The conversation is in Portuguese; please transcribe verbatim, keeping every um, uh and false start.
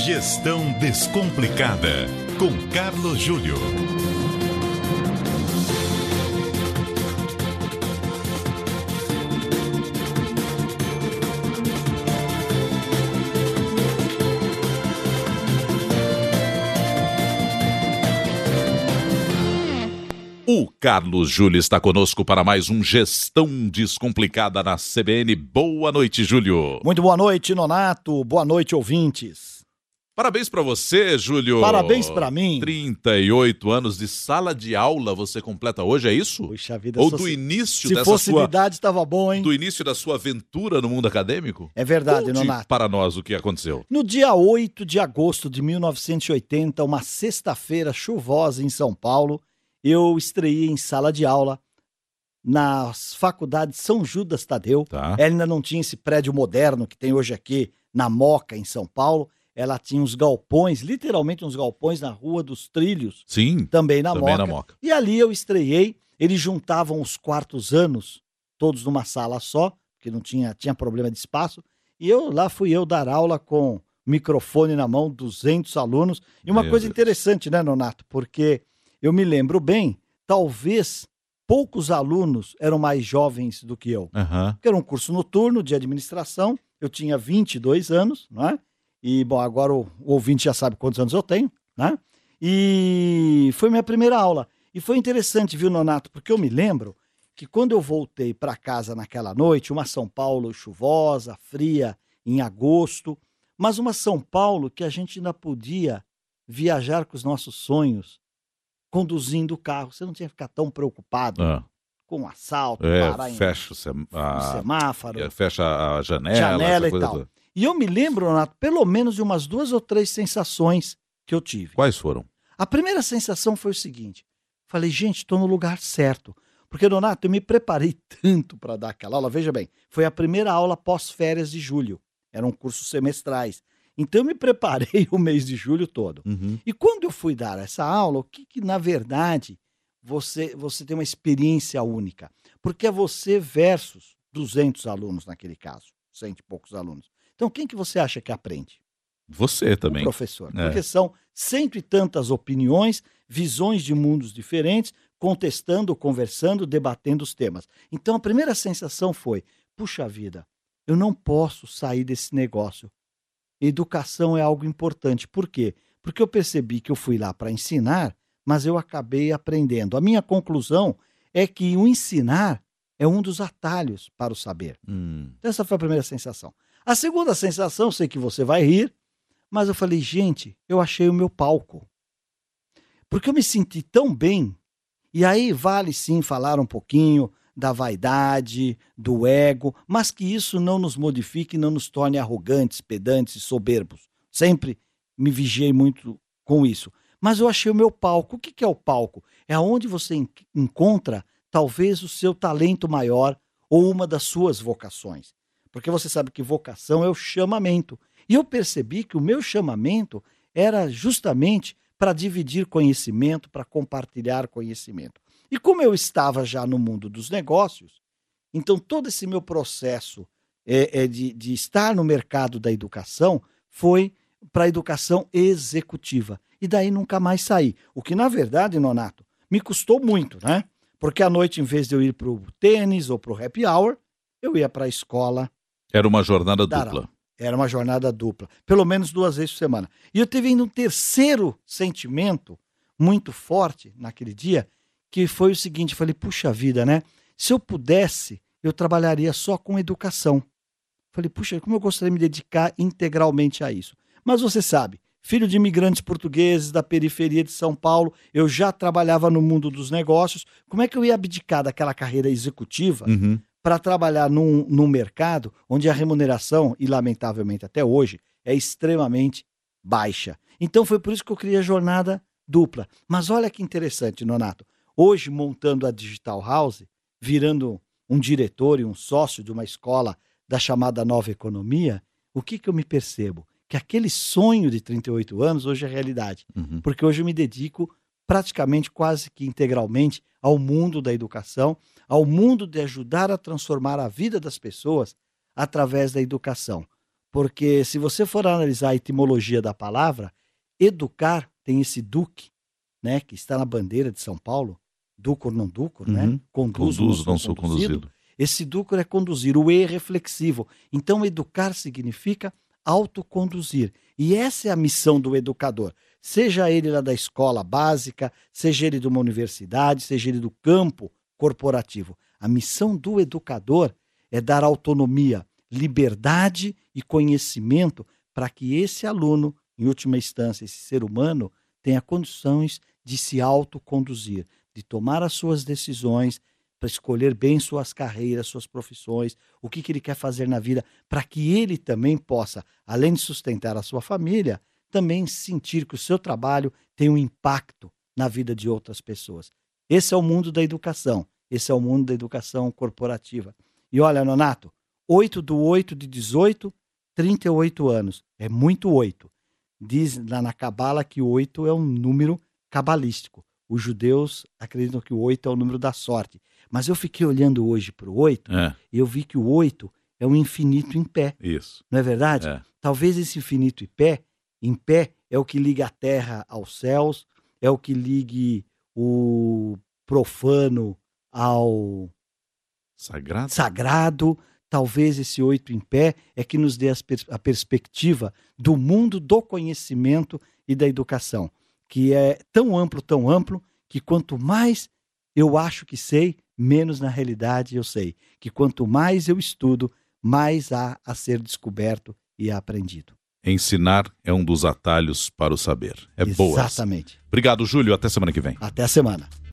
Gestão Descomplicada, com Carlos Júlio. O Carlos Júlio está conosco para mais um Gestão Descomplicada na C B N. Boa noite, Júlio. Muito boa noite, Nonato. Boa noite, ouvintes. Parabéns para você, Júlio. Parabéns para mim. trinta e oito anos de sala de aula você completa hoje, é isso? Puxa vida. Ou do início se dessa fosse sua... de idade, estava bom, hein? Do início da sua aventura no mundo acadêmico? É verdade, Conte Nonato. para nós o que aconteceu. No dia oito de agosto de mil novecentos e oitenta, uma sexta-feira chuvosa em São Paulo, eu estreiei em sala de aula na faculdade São Judas Tadeu. Tá. Ela ainda não tinha esse prédio moderno que tem hoje aqui na Moca, em São Paulo. Ela tinha uns galpões, literalmente uns galpões na Rua dos Trilhos. Sim, também na, também Moca. na Moca. E ali eu estreiei. Eles juntavam os quartos anos, todos numa sala só, porque não tinha, tinha problema de espaço. E eu lá fui eu dar aula com microfone na mão, duzentos alunos. E uma Meu coisa Deus. interessante, né, Nonato? Porque eu me lembro bem, talvez poucos alunos eram mais jovens do que eu. Aham. Porque era um curso noturno de administração, eu tinha vinte e dois anos, não é? E, bom, agora o, o ouvinte já sabe quantos anos eu tenho, né? E foi minha primeira aula. E foi interessante, viu, Nonato? Porque eu me lembro que quando eu voltei para casa naquela noite, uma São Paulo chuvosa, fria, em agosto, mas uma São Paulo que a gente ainda podia viajar com os nossos sonhos, conduzindo o carro. Você não tinha que ficar tão preocupado Ah. com o assalto, É, parar em fecha o sem- um a... semáforo, é, fecha a janela, janela essa e coisa tal. toda. E eu me lembro, Renato, pelo menos de umas duas ou três sensações que eu tive. Quais foram? A primeira sensação foi o seguinte: falei, gente, estou no lugar certo. Porque, Donato, eu me preparei tanto para dar aquela aula. Veja bem, foi a primeira aula pós-férias de julho. Eram cursos semestrais. Então, eu me preparei o mês de julho todo. Uhum. E quando eu fui dar essa aula, o que, que na verdade, você, você tem uma experiência única. Porque é você versus duzentos alunos naquele caso, cento e poucos alunos. Então, quem que você acha que aprende? Você também. O professor. É. Porque são cento e tantas opiniões, visões de mundos diferentes, contestando, conversando, debatendo os temas. Então, a primeira sensação foi, puxa vida, eu não posso sair desse negócio. Educação é algo importante. Por quê? Porque eu percebi que eu fui lá para ensinar, mas eu acabei aprendendo. A minha conclusão é que o ensinar é um dos atalhos para o saber. Hum. Então, essa foi a primeira sensação. A segunda sensação, sei que você vai rir, mas eu falei, gente, eu achei o meu palco. Porque eu me senti tão bem. E aí vale sim falar um pouquinho da vaidade, do ego, mas que isso não nos modifique e não nos torne arrogantes, pedantes e soberbos. Sempre me vigiei muito com isso. Mas eu achei o meu palco. O que que é o palco? É onde você en- encontra talvez o seu talento maior ou uma das suas vocações. Porque você sabe que vocação é o chamamento. E eu percebi que o meu chamamento era justamente para dividir conhecimento, para compartilhar conhecimento. E como eu estava já no mundo dos negócios, então todo esse meu processo é, é de, de estar no mercado da educação foi para a educação executiva. E daí nunca mais saí. O que, na verdade, Nonato, me custou muito, né? Porque à noite, em vez de eu ir para o tênis ou para o happy hour, eu ia para a escola. Era uma jornada dar dupla. aula. Era uma jornada dupla, pelo menos duas vezes por semana. E eu tive ainda um terceiro sentimento muito forte naquele dia, que foi o seguinte, falei, puxa vida, né? Se eu pudesse, eu trabalharia só com educação. Falei, puxa, como eu gostaria de me dedicar integralmente a isso. Mas você sabe, filho de imigrantes portugueses da periferia de São Paulo, eu já trabalhava no mundo dos negócios, como é que eu ia abdicar daquela carreira executiva Uhum. para trabalhar num, num mercado onde a remuneração, e lamentavelmente até hoje, é extremamente baixa. Então foi por isso que eu criei a jornada dupla. Mas olha que interessante, Nonato. Hoje, montando a Digital House, virando um diretor e um sócio de uma escola da chamada Nova Economia, o que, que eu me percebo? Que aquele sonho de trinta e oito anos hoje é realidade. Uhum. Porque hoje eu me dedico praticamente quase que integralmente ao mundo da educação, ao mundo de ajudar a transformar a vida das pessoas através da educação. Porque se você for analisar a etimologia da palavra, educar tem esse duque, né, que está na bandeira de São Paulo, ducor não ducor, Uhum. né? Conduzo, Conduzo, não não sou sou conduzido. conduzido. Esse ducor é conduzir, o E reflexivo. Então, educar significa autoconduzir. E essa é a missão do educador. Seja ele lá da escola básica, seja ele de uma universidade, seja ele do campo corporativo. A missão do educador é dar autonomia, liberdade e conhecimento para que esse aluno, em última instância, esse ser humano, tenha condições de se autoconduzir, de tomar as suas decisões, para escolher bem suas carreiras, suas profissões, o que, que ele quer fazer na vida, para que ele também possa, além de sustentar a sua família, também sentir que o seu trabalho tem um impacto na vida de outras pessoas. Esse é o mundo da educação, esse é o mundo da educação corporativa. E olha, Nonato, oito do oito de dezoito, trinta e oito anos, é muito oito. Diz lá na Cabala que oito é um número cabalístico. Os judeus acreditam que o oito é o número da sorte. Mas eu fiquei olhando hoje para o oito É. e eu vi que o oito é um infinito em pé. Isso. Não é verdade? É. Talvez esse infinito em pé, em pé é o que liga a terra aos céus, é o que ligue o profano ao Sagrado? sagrado. Talvez esse oito em pé é que nos dê as pers- a perspectiva do mundo do conhecimento e da educação, que é tão amplo, tão amplo, que quanto mais eu acho que sei, menos na realidade eu sei. Que quanto mais eu estudo, mais há a ser descoberto e aprendido. Ensinar é um dos atalhos para o saber. É boa essa. Exatamente. Obrigado, Júlio. Até semana que vem. Até a semana.